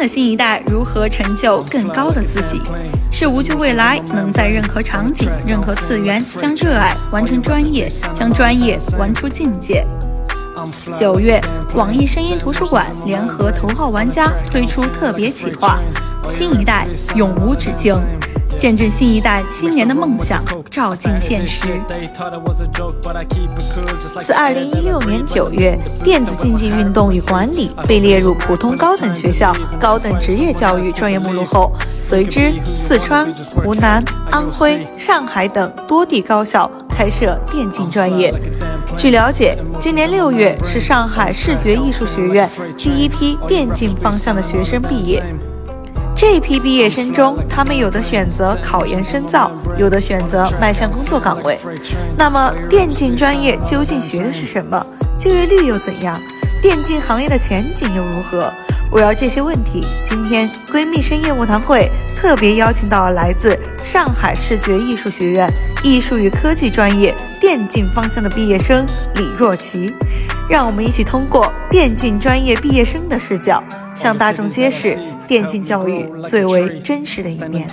的新一代如何成就更高的自己？是无惧未来，能在任何场景、任何次元将热爱完成专业，将专业玩出境界。9月，网易声音图书馆联合头号玩家推出特别企划《新一代永无止境》，见证新一代青年的梦想照进现实。 自2016年9月，电子竞技运动与管理被列入普通高等学校高等职业教育专业目录后，随之四川、湖南、安徽、上海等多地高校开设电竞专业。据了解，今年6月是上海视觉艺术学院第一批电竞方向的学生毕业。这一批毕业生中，他们有的选择考研深造，有的选择迈向工作岗位。那么，电竞专业究竟学的是什么？就业率又怎样？电竞行业的前景又如何？围绕这些问题，今天闺蜜深夜卧谈会特别邀请到了来自上海视觉艺术学院艺术与科技专业电竞方向的毕业生李若琪，让我们一起通过电竞专业毕业生的视角，向大众揭示电竞教育最为真实的一面。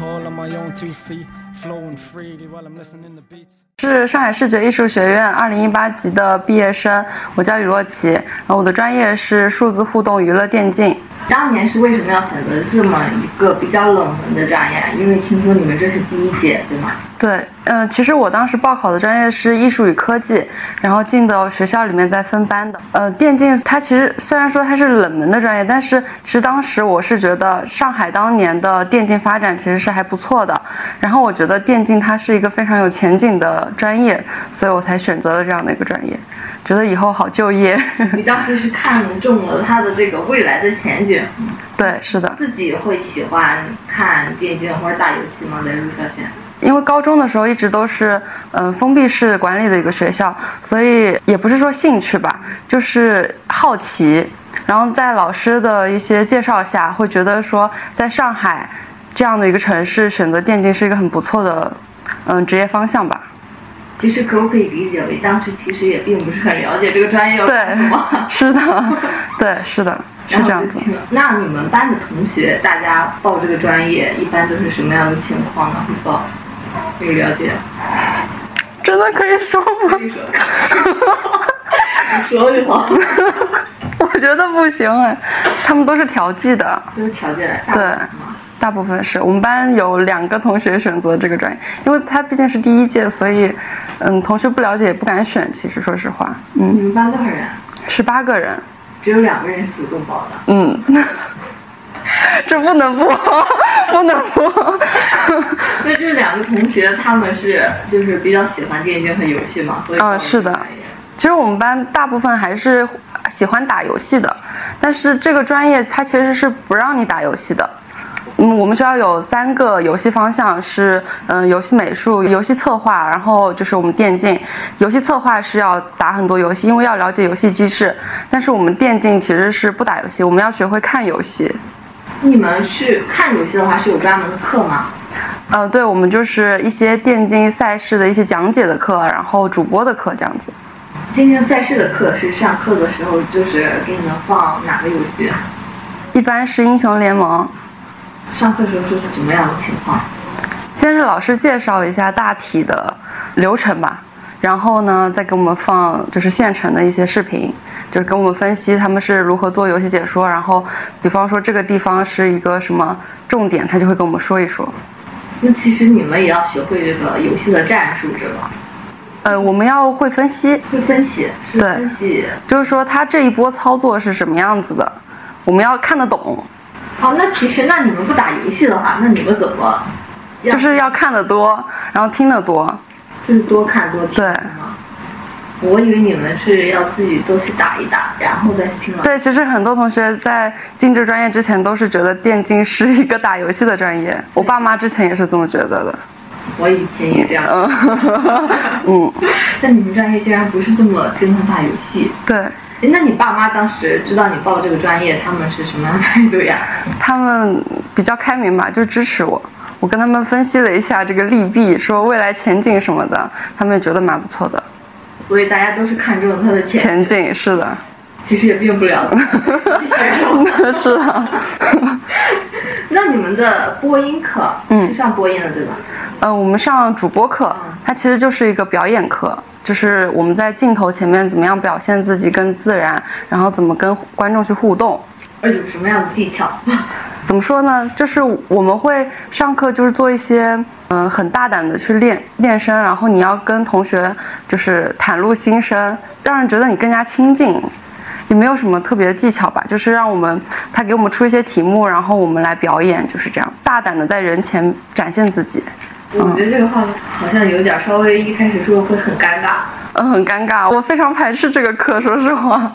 是上海视觉艺术学院2018级的毕业生，我叫李若琪，然后我的专业是数字互动娱乐电竞。 当年是为什么要选择这么一个比较冷门的专业？因为听说你们这是第一届，对吗？ 对，其实我当时报考的专业是艺术与科技，然后进到学校里面再分班的。电竞它其实虽然说它是冷门的专业，但是其实当时我是觉得上海当年的电竞发展其实是还不错的，然后我觉得电竞它是一个非常有前景的专业，所以我才选择了这样的一个专业，觉得以后好就业。 你当时是看中了它的这个未来的前景？ 对，是的。 自己会喜欢看电竞或者打游戏吗？在入校前？ 因为高中的时候一直都是封闭式管理的一个学校，所以也不是说兴趣吧，就是好奇，然后在老师的一些介绍下，会觉得说在上海这样的一个城市选择电竞是一个很不错的职业方向吧。 其实可不可以理解为当时其实也并不是很了解这个专业有什么？ 对，是的，对，是的，是这样子。 那你们班的同学，大家报这个专业一般都是什么样的情况呢？会报？可以了解？ 真的可以说吗？ 可以说。你说就好。 我觉得不行哎，他们都是调剂的。 都是调剂来。 对。大部分是我们班有2个同学选择这个专业，因为他毕竟是第一届，所以同学不了解也不敢选。其实说实话， 你们班多少人 ？18个人， 只有2个人是主动报的。 这不能播，不能播。 那这2个同学他们是就是比较喜欢电竞和游戏嘛？所以是的。其实我们班大部分还是喜欢打游戏的，但是这个专业它其实是不让你打游戏的。我们学校有3个游戏方向是，游戏美术、游戏策划，然后就是我们电竞。游戏策划是要打很多游戏，因为要了解游戏机制。但是我们电竞其实是不打游戏，我们要学会看游戏。 你们是看游戏的话是有专门的课吗？ 对，我们就是一些电竞赛事的一些讲解的课，然后主播的课这样子。 电竞赛事的课是上课的时候就是给你们放哪个游戏？ 一般是英雄联盟。 上课时候是什么样的情况？ 先是老师介绍一下大体的流程吧，然后呢再给我们放就是现成的一些视频，就是给我们分析他们是如何做游戏解说，然后比方说这个地方是一个什么重点，他就会跟我们说一说。 那其实你们也要学会这个游戏的战术是吧？ 我们要会分析。 会分析？是分析。 就是说他这一波操作是什么样子的，我们要看得懂。 那其实那你们不打游戏的话，那你们怎么？ 就是要看得多，然后听得多。 就是多看多听。 对。 我以为你们是要自己都去打一打，然后再去听了。 对，其实很多同学在进这专业之前都是觉得电竞是一个打游戏的专业，我爸妈之前也是这么觉得的。 我以前也这样。但你们专业竟然不是这么经常打游戏。 对。 那你爸妈当时知道你报这个专业，他们是什么样的态度呀？ 他们比较开明吧，就支持我。我跟他们分析了一下这个利弊，说未来前景什么的，他们也觉得蛮不错的。 所以大家都是看中了他的前景。是的。 其实也并不了解选手。 是啊。 那你们的播音课是上播音的对吧？ 我们上主播课，它其实就是一个表演课，就是我们在镜头前面怎么样表现自己更自然，然后怎么跟观众去互动。 有什么样的技巧？ 怎么说呢？就是我们会上课，就是做一些很大胆的去练声，然后你要跟同学就是袒露心声，让人觉得你更加亲近。也没有什么特别的技巧吧，就是他给我们出一些题目，然后我们来表演，就是这样大胆的在人前展现自己。 我觉得这个话好像有点稍微一开始说会很尴尬。 很尴尬，我非常排斥这个课，说实话。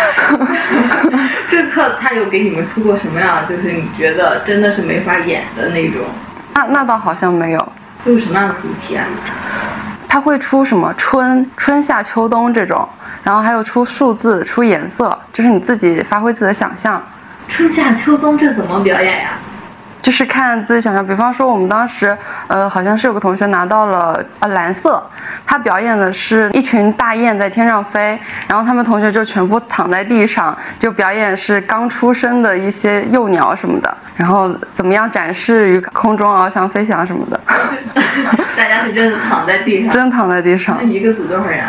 这个课他有给你们出过什么样，就是你觉得真的是没法演的那种？ 那倒好像没有。 有什么样的主题啊？ 他会出什么春夏秋冬这种，然后还有出数字、出颜色，就是你自己发挥自己的想象。 春夏秋冬这怎么表演呀？ 就是看自己想象，比方说我们当时，好像是有个同学拿到了蓝色，他表演的是一群大雁在天上飞，然后他们同学就全部躺在地上，就表演是刚出生的一些幼鸟什么的，然后怎么样展示于空中翱翔飞翔什么的。 大家是真的躺在地上？ 真躺在地上。 那一个组多少人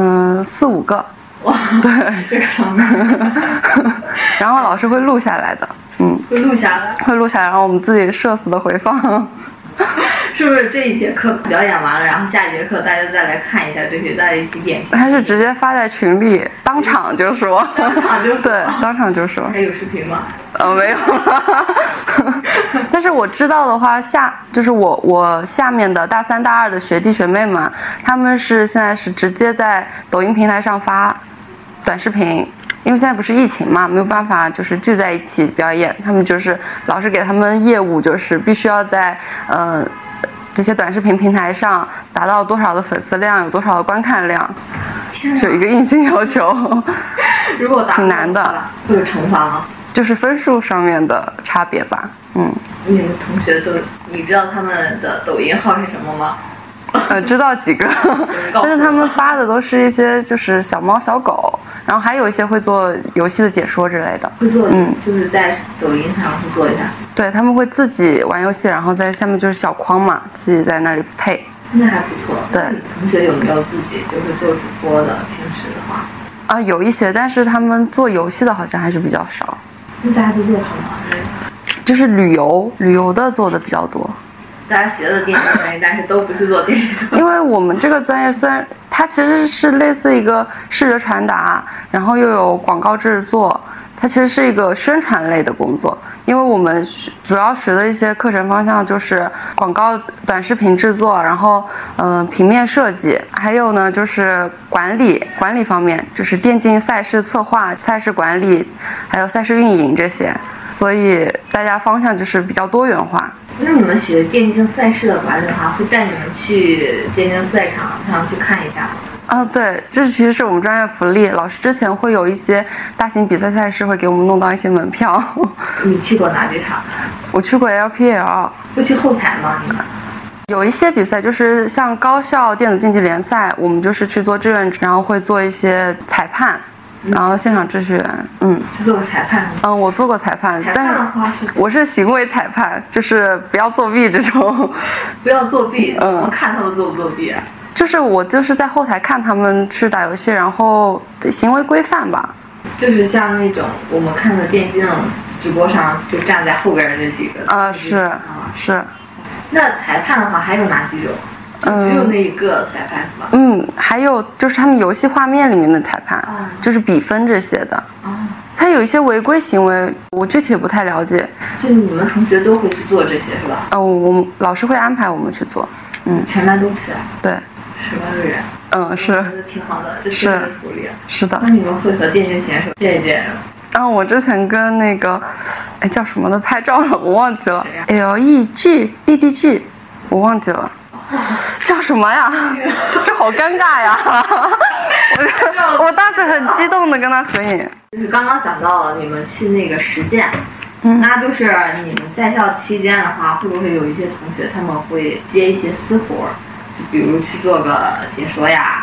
？4、5个。 哇， 对， 这个场面。 然后老师会录下来的。 会录下来， 然后我们自己社死的回放。 是不是这一节课表演完了，然后下一节课大家再来看一下这些，再一起点评？ 他是直接发在群里，当场就说。对，当场就说。 还有视频吗？ 没有了。但是我知道的话，就是我下面的大3、大2的学弟学妹们，他们现在是直接在抖音平台上发短视频。因为现在不是疫情嘛，没有办法就是聚在一起表演，他们就是老师给他们业务，就是必须要在这些短视频平台上达到多少的粉丝量，有多少的观看量，就一个硬性要求。 如果达挺难的， 会有惩罚吗？ 就是分数上面的差别吧。 你们同学你知道他们的抖音号是什么吗？ 知道几个，但是他们发的都是一些就是小猫小狗，然后还有一些会做游戏的解说之类的。 会做，就是在抖音上会做一下。 对，他们会自己玩游戏，然后在下面就是小框嘛，自己在那里配。 那还不错。 对， 同学有没有自己就是做主播的？平时的话？ 有一些，但是他们做游戏的好像还是比较少。 那大家都做什么？ 就是旅游的做的比较多。 大家学的电影专业，但是都不是做电影。 因为我们这个专业虽然它其实是类似一个视觉传达，然后又有广告制作，它其实是一个宣传类的工作。因为我们主要学的一些课程方向就是广告短视频制作，然后平面设计，还有呢就是管理方面，就是电竞赛事策划、赛事管理，还有赛事运营这些。所以大家方向就是比较多元化。 那你们学电竞赛事的管理的话，会带你们去电竞赛场上去看一下吗？ 对，这其实是我们专业福利。老师之前会有一些大型比赛赛事会给我们弄到一些门票。 你去过哪几场？ 我去过 LPL。 会去后台吗？你们？ 有一些比赛就是像高校电子竞技联赛，我们就是去做志愿者，然后会做一些裁判。然后现场秩序员， 去做过裁判。 我做过裁判， 但是我是行为裁判，就是不要作弊这种。 不要作弊，怎么看他们作不作弊啊？ 就是我就是在后台看他们去打游戏，然后行为规范吧。 就是像那种我们看的电竞直播上就站在后边的这几个。是。那裁判的话还有哪几种？只有那一个裁判是吧？ 还有就是他们游戏画面里面的裁判，就是比分这些的。他有一些违规行为，我具体不太了解。 就你们同学都会去做这些是吧？ 我们老师会安排我们去做。 全班都去啊？ 对。 18个人。 是。 挺好的，这是福利。 是的。 那你们会和电竞选手见一见？ 我之前跟那个，叫什么的拍照了，我忘记了。LEDG，我忘记了。叫什么呀？这好尴尬呀！我当时很激动的跟他合影。 就是刚刚讲到了你们去那个实践，那就是你们在校期间的话，会不会有一些同学他们会接一些私活，就比如去做个解说呀，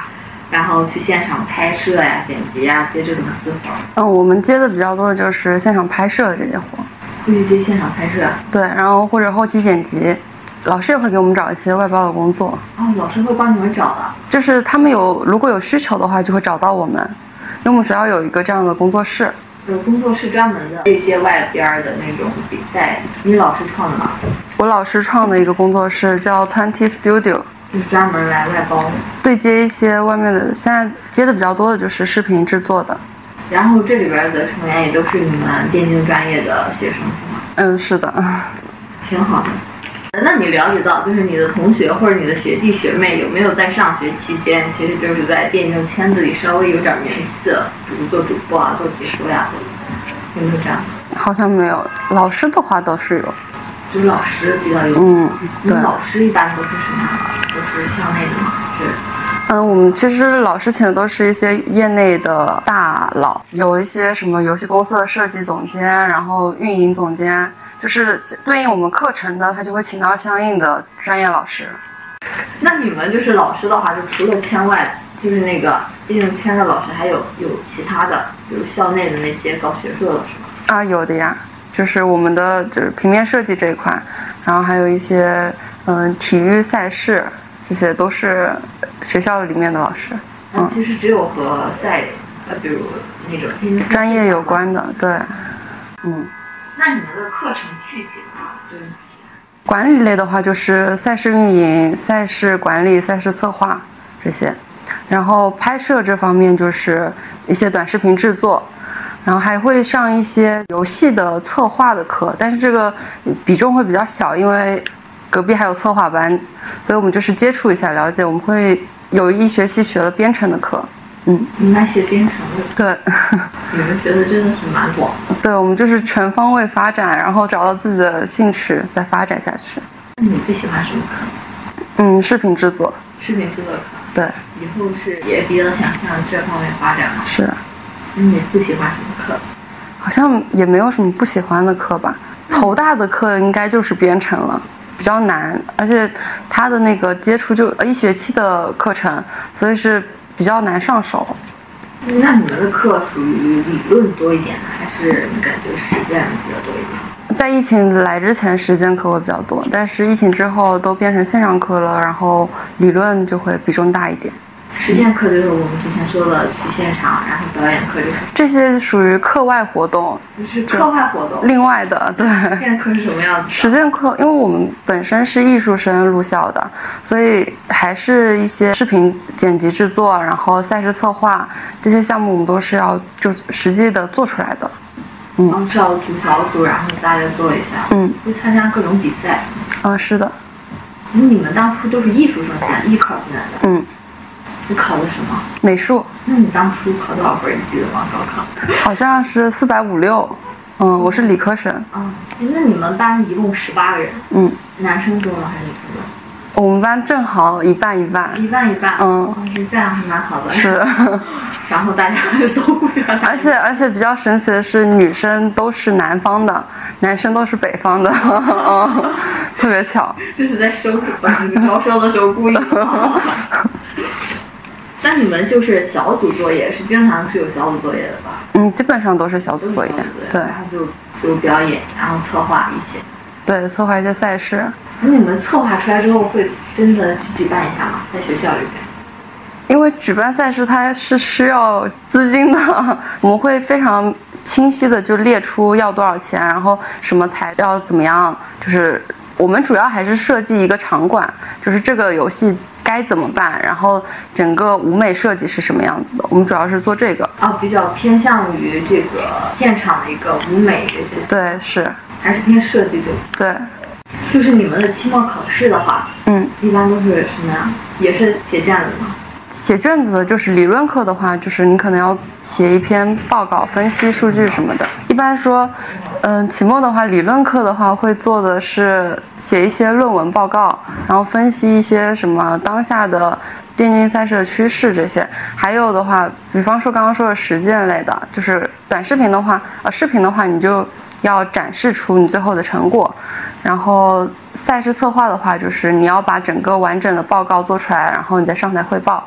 然后去现场拍摄呀、剪辑呀，接这种私活。 我们接的比较多的就是现场拍摄的这些活。 会去接现场拍摄？ 对，然后或者后期剪辑，老师也会给我们找一些外包的工作。 老师会帮你们找的？ 就是他们如果有需求的话，就会找到我们，因为我们学校有一个这样的工作室。 有工作室专门的对接外边的那种比赛，你老师创的吗？ 我老师创的一个工作室叫 20 Studio， 就是专门来外包对接一些外面的，现在接的比较多的就是视频制作的。 然后这里边的成员也都是你们电竞专业的学生是吗？是的。 挺好的。那你了解到，就是你的同学或者你的学弟学妹有没有在上学期间，其实就是在电竞圈子里稍微有点名气的，比如做主播啊、做解说呀，有没有这样？ 好像没有，老师的话倒是有。 就是老师比较有。 对。 老师一般都是什么？都是校内的吗？ 我们其实老师请的都是一些业内的大佬，有一些什么游戏公司的设计总监，然后运营总监，就是对应我们课程的，他就会请到相应的专业老师。 那你们就是老师的话，就除了圈外，就是那个电竞圈的老师，还有其他的，比如校内的那些搞学术的老师吗？ 有的呀，就是我们的就是平面设计这一块，然后还有一些体育赛事。这些都是学校里面的老师。 其实只有和比如那种专业有关的，对。 那你们的课程具体的话都有哪些？ 管理类的话就是赛事运营、赛事管理、赛事策划这些，然后拍摄这方面就是一些短视频制作，然后还会上一些游戏的策划的课，但是这个比重会比较小，因为隔壁还有策划班，所以我们就是接触一下了解。我们会有一学期学了编程的课。 你们还学编程的？ 对。 你们学的真的是蛮广的。 对，我们就是全方位发展，然后找到自己的兴趣再发展下去。 那你最喜欢什么课？ 视频制作。 视频制作课。 对。 以后是也比较想向这方面发展吗？ 是。 那你不喜欢什么课？ 好像也没有什么不喜欢的课吧。头大的课应该就是编程了。比较难，而且它的那个接触就1学期的课程，所以是比较难上手。 那你们的课属于理论多一点呢，还是你感觉实践比较多一点？ 在疫情来之前，实践课会比较多，但是疫情之后都变成线上课了，然后理论就会比重大一点。 实践课就是我们之前说的去现场，然后表演课这些属于课外活动。 是课外活动。 另外的，对。 实践课是什么样子？ 实践课，因为我们本身是艺术生入校的，所以还是一些视频剪辑制作，然后赛事策划这些项目，我们都是要就实际的做出来的。 是要组小组，然后大家做一下。会参加各种比赛。 是的。 你们当初都是艺术生艺考进来的。你考的什么？ 美术。 那你当初考多少分？你记得吗？高考？ 好像是456。我是理科生。 那你们班一共18个人。男生多吗还是女生多？ 我们班正好一半一半。 一半一半。这样还蛮好的。 是。 然后大家都互相。 而且比较神奇的是，女生都是南方的，男生都是北方的。特别巧。 这是在招收的时候故意的。那你们就是小组作业，是经常是有小组作业的吧？ 基本上都是小组作业。对。 然后就表演，然后策划一些。 对，策划一些赛事。 那你们策划出来之后，会真的去举办一下吗？在学校里边？ 因为举办赛事它是需要资金的，我们会非常清晰的就列出要多少钱，然后什么材料怎么样，就是我们主要还是设计一个场馆，就是这个游戏该怎么办，然后整个舞美设计是什么样子的，我们主要是做这个。 比较偏向于这个现场的一个舞美这些。 对，是。 还是偏设计对。 就是你们的期末考试的话，一般都是什么样？也是写卷子吗？ 写卷子的就是理论课的话，就是你可能要写一篇报告，分析数据什么的。一般说，期末的话，理论课的话会做的是写一些论文报告，然后分析一些什么当下的电竞赛事的趋势这些。还有的话，比方说刚刚说的实践类的，就是短视频的话，视频的话你就要展示出你最后的成果。然后赛事策划的话，就是你要把整个完整的报告做出来，然后你再上台汇报。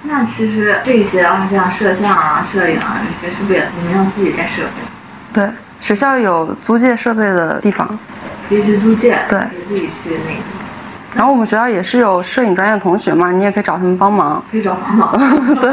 那其实这些像摄像啊、摄影啊这些，是不是你们要自己带设备？ 对，学校有租借设备的地方， 可以去租借， 对， 可以自己去那个。 然后我们学校也是有摄影专业的同学嘛，你也可以找他们帮忙。 可以找帮忙。 对。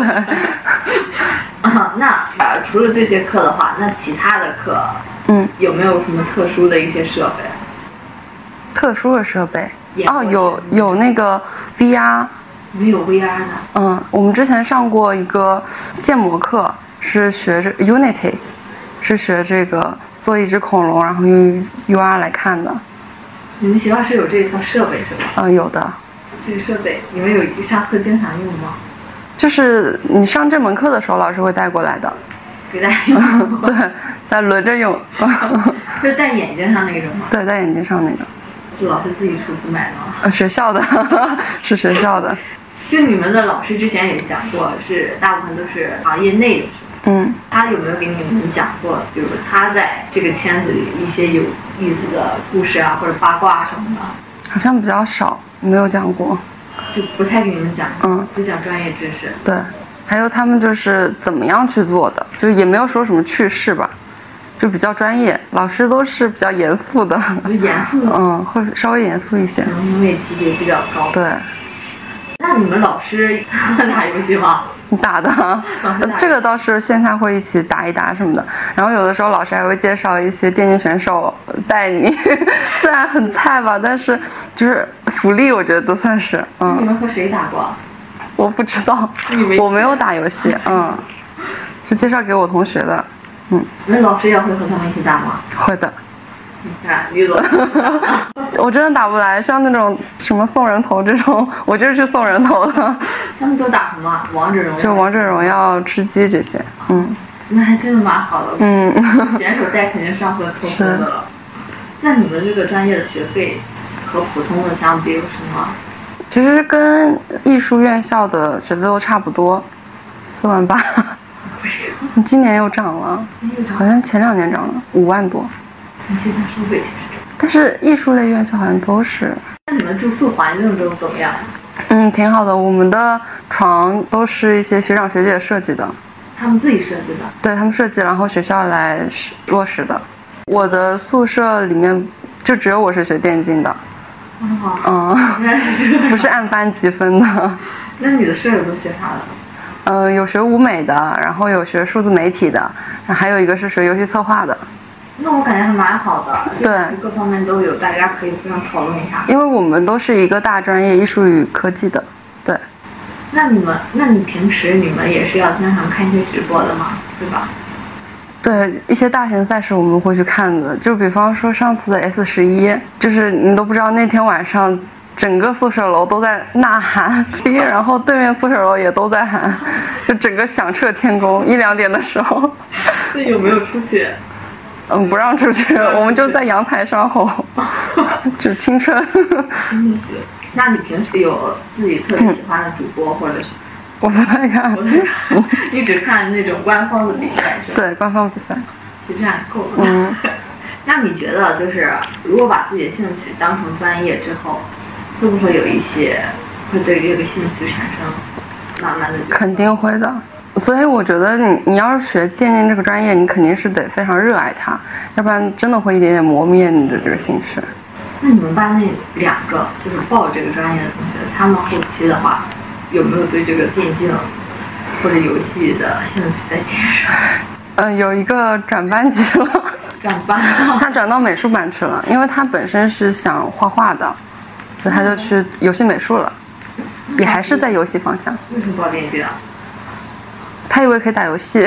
那除了这些课的话，那其他的课，有没有什么特殊的一些设备？ 特殊的设备？有那个 VR。 没有 VR 的。 我们之前上过一个建模课，是学这 Unity， 是学这个做一只恐龙，然后用 VR 来看的。 你们学校是有这套设备是吧？ 有的。 这个设备你们有上课经常用吗？ 就是你上这门课的时候，老师会带过来的。 给大家用。 对，再轮着用。 是戴眼睛上那种吗？ 对，戴眼睛上那个。 是老师自己出资买的吗？ 学校的，是学校的。 就你们的老师之前也讲过，是大部分都是行业内的。他有没有给你们讲过，比如他在这个圈子里一些有意思的故事啊，或者八卦什么的？ 好像比较少，没有讲过。 就不太给你们讲，只讲专业知识。 对，还有他们就是怎么样去做的，就也没有说什么趣事吧，就比较专业。老师都是比较严肃的。 严肃的。 会稍微严肃一些。 因为级别比较高。 对。 那你们老师打游戏吗？ 打的，这个倒是线下会一起打一打什么的。然后有的时候老师还会介绍一些电竞选手带你，虽然很菜吧，但是就是福利，我觉得都算是。 你们和谁打过？ 我不知道，我没有打游戏。是介绍给我同学的。 那老师也会和他们一起打吗？ 会的。 你看，李总。 我真的打不来，像那种什么送人头这种，我就是去送人头的。 他们都打什么？王者荣耀。 就王者荣耀、吃鸡这些。 那还真的蛮好的。选手带肯定上分凑分的了。那你们这个专业的学费和普通的相比有什么？ 其实跟艺术院校的学费都差不多，48000。今年又涨了，好像前2年涨了5万多。 你现在收费其实？ 但是艺术类院校好像都是。 那你们住宿环境都怎么样？ 挺好的。我们的床都是一些学长学姐设计的。 他们自己设计的？ 对，他们设计，然后学校来落实的。我的宿舍里面就只有我是学电竞的。 原来是这样。 不是按班级分的。 那你的舍友都学啥的？ 有学舞美的，然后有学数字媒体的，然后还有一个是学游戏策划的。 那我感觉还蛮好的， 对， 各方面都有，大家可以互相讨论一下。 因为我们都是一个大专业，艺术与科技的，对。 那你平时你们也是要经常看一些直播的吗？对吧？ 对，一些大型赛事我们会去看的，就比方说上次的 S11，就是你都不知道那天晚上整个宿舍楼都在呐喊，然后对面宿舍楼也都在喊，就整个响彻天宫，1、2点的时候。 那有没有出去？ 不让出去，我们就在阳台上吼，就青春。 真的是。那你平时有自己特别喜欢的主播或者是？ 我不太看。 你只看那种官方的比赛是吧？ 对，官方比赛。 其实这样够了。那你觉得就是如果把自己的兴趣当成专业之后，会不会有一些会对这个兴趣产生慢慢的？ 肯定会的。所以我觉得你要是学电竞这个专业，你肯定是得非常热爱它，要不然真的会一点点磨灭你的这个兴趣。 那你们班那2个就是报这个专业的同学，他们后期的话有没有对这个电竞或者游戏的兴趣在减少？ 有一个转班级了。 转班了？ 他转到美术班去了，因为他本身是想画画的，所以他就去游戏美术了，也还是在游戏方向。 为什么报电竞啊？ 他以为可以打游戏。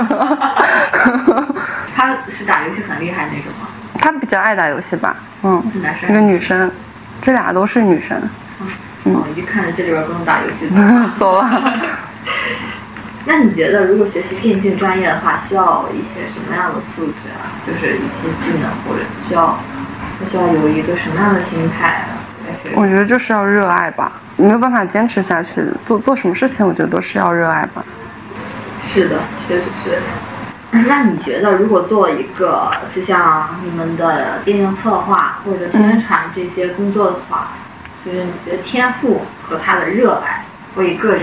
他是打游戏很厉害那种吗？ 他比较爱打游戏吧。 男生。 一个女生，这俩都是女生。 一看着这里边不能打游戏。 走了。 那你觉得如果学习电竞专业的话，需要一些什么样的素质啊？就是一些技能，或者需要有一个什么样的心态？ 我觉得就是要热爱吧，没有办法坚持下去，做什么事情，我觉得都是要热爱吧。 是的，确实是。那你觉得，如果做一个就像你们的电竞策划或者宣传这些工作的话，就是你觉得天赋和他的热爱会各占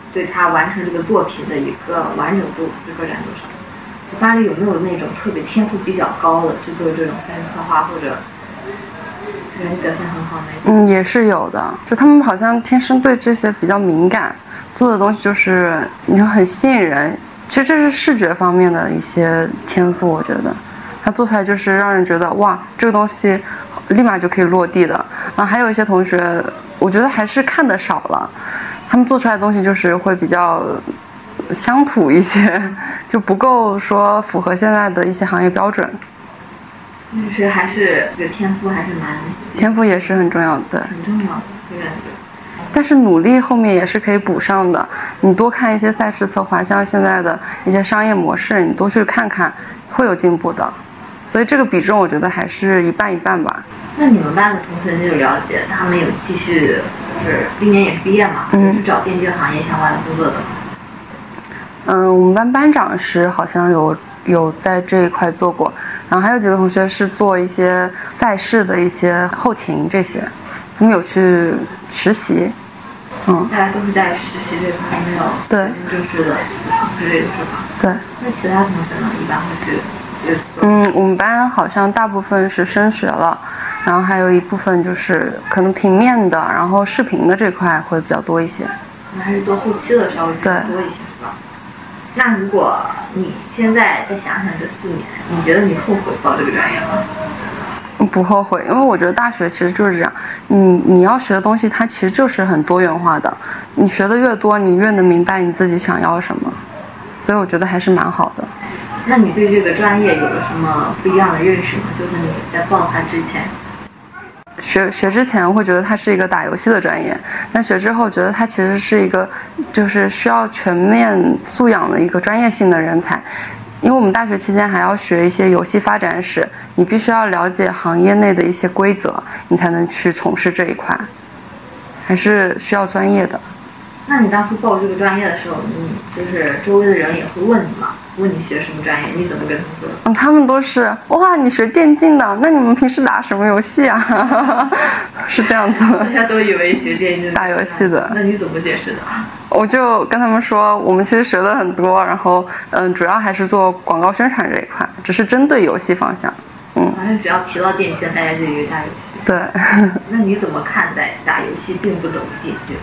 对他完成这个作品的一个完整度是各占多少？就巴黎有没有那种特别天赋比较高的，就做这种赛事策划或者对你表现很好那种？ 也是有的，就他们好像天生对这些比较敏感，做的东西就是你说很吸引人。其实这是视觉方面的一些天赋，我觉得他做出来就是让人觉得哇，这个东西立马就可以落地的。然后还有一些同学，我觉得还是看得少了，他们做出来的东西就是会比较乡土一些，就不够说符合现在的一些行业标准。 其实还是这个天赋还是天赋也是很重要的， 很重要的，对。 但是努力后面也是可以补上的，你多看一些赛事策划，像现在的一些商业模式，你多去看看，会有进步的。所以这个比重我觉得还是一半一半吧。 那你们班的同学你有了解他们有继续就是今年也是毕业嘛，是找电竞行业相关的工作的吗？ 我们班班长是好像有在这一块做过，然后还有几个同学是做一些赛事的一些后勤这些，他们有去实习。 大家都是在实习这块，没有对正式的之类的是吧？ 对。 那其他同学呢？一般会去？ 我们班好像大部分是升学了，然后还有一部分就是可能平面的，然后视频的这块会比较多一些。 还是做后期的稍微多一些是吧？那如果你现在再想想这4年，你觉得你后悔报这个专业吗？ 不后悔，因为我觉得大学其实就是这样，你要学的东西它其实就是很多元化的，你学的越多，你越能明白你自己想要什么，所以我觉得还是蛮好的。 那你对这个专业有了什么不一样的认识吗？就是你在报它之前， 学之前会觉得它是一个打游戏的专业，但学之后觉得它其实是一个就是需要全面素养的一个专业性的人才。因为我们大学期间还要学一些游戏发展史，你必须要了解行业内的一些规则，你才能去从事这一块，还是需要专业的。 那你当初报这个专业的时候，就是周围的人也会问你吗？问你学什么专业，你怎么跟他们说？ 他们都是哇，你学电竞的，那你们平时打什么游戏啊？是这样子。 大家都以为学电竞打游戏的。 那你怎么解释的？ 我就跟他们说，我们其实学的很多，然后主要还是做广告宣传这一块，只是针对游戏方向。 好像只要提到电竞，大家就以为打游戏。 对。 那你怎么看待打游戏并不等于电竞？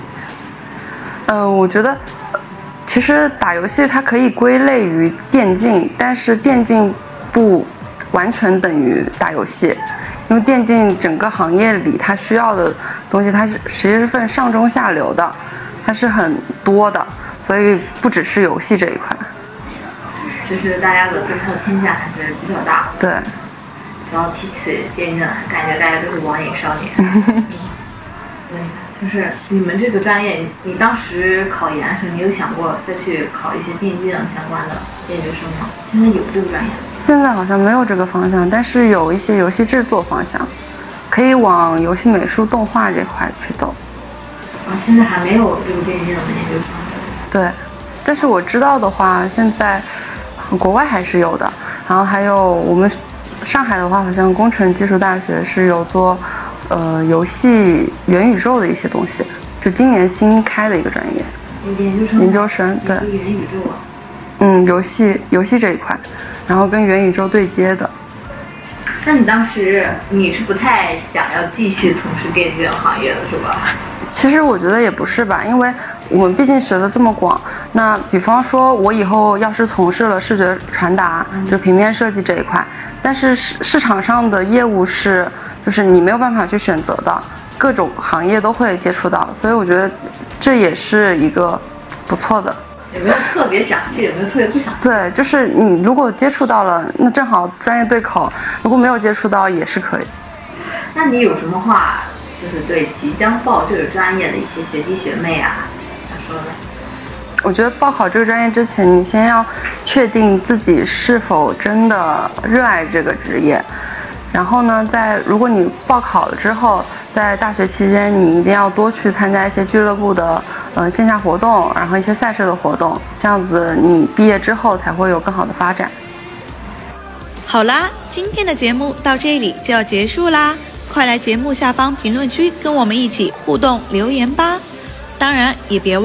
我觉得其实打游戏它可以归类于电竞，但是电竞不完全等于打游戏，因为电竞整个行业里它需要的东西，它是实际是分上中下流的，它是很多的，所以不只是游戏这一块。 其实大家的对它的偏见还是比较大的。 对。 只要提起电竞，感觉大家都是网瘾少年。对。就是你们这个专业，你当时考研的时候，你有想过再去考一些电竞相关的研究生吗？现在有这个专业？ 现在好像没有这个方向，但是有一些游戏制作方向，可以往游戏美术动画这块去走。 现在还没有这个电竞的研究生。 对，但是我知道的话，现在国外还是有的。然后还有我们上海的话，好像工程技术大学是有做。游戏元宇宙的一些东西，就今年新开的一个专业。研究生对。 元宇宙啊。 游戏这一块，然后跟元宇宙对接的。 那你当时你是不太想要继续从事电竞行业的是吧？ 其实我觉得也不是吧，因为我们毕竟学的这么广，那比方说我以后要是从事了视觉传达，就平面设计这一块，但是市场上的业务是。就是你没有办法去选择的，各种行业都会接触到，所以我觉得这也是一个不错的。 有没有特别想去，有没有特别不想去？ 对，就是你如果接触到了，那正好专业对口；如果没有接触到，也是可以。 那你有什么话，就是对即将报这个专业的一些学弟学妹啊想说的？ 我觉得报考这个专业之前，你先要确定自己是否真的热爱这个职业。然后呢，如果你报考了之后，在大学期间，你一定要多去参加一些俱乐部的线下活动，然后一些赛事的活动，这样子你毕业之后才会有更好的发展。 好啦，今天的节目到这里就要结束啦，快来节目下方评论区跟我们一起互动留言吧！当然也别忘了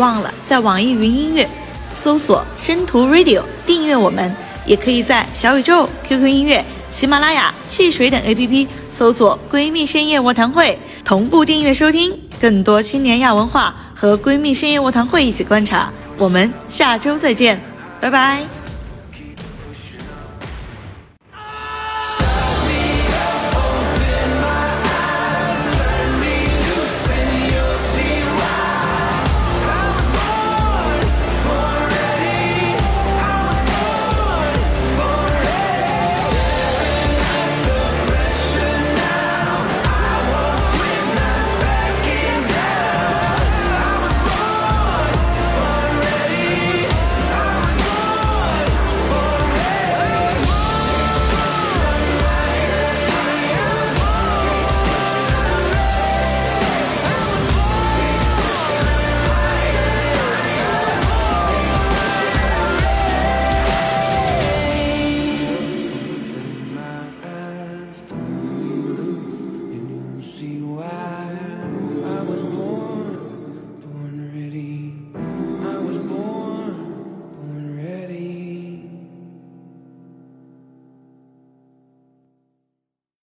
在网易云音乐搜索深途 Radio 订阅我们，也可以在小宇宙、QQ 音乐、喜马拉雅、汽水等 APP 搜索闺蜜深夜卧谈会，同步订阅收听更多青年亚文化，和闺蜜深夜卧谈会一起观察。我们下周再见，拜拜。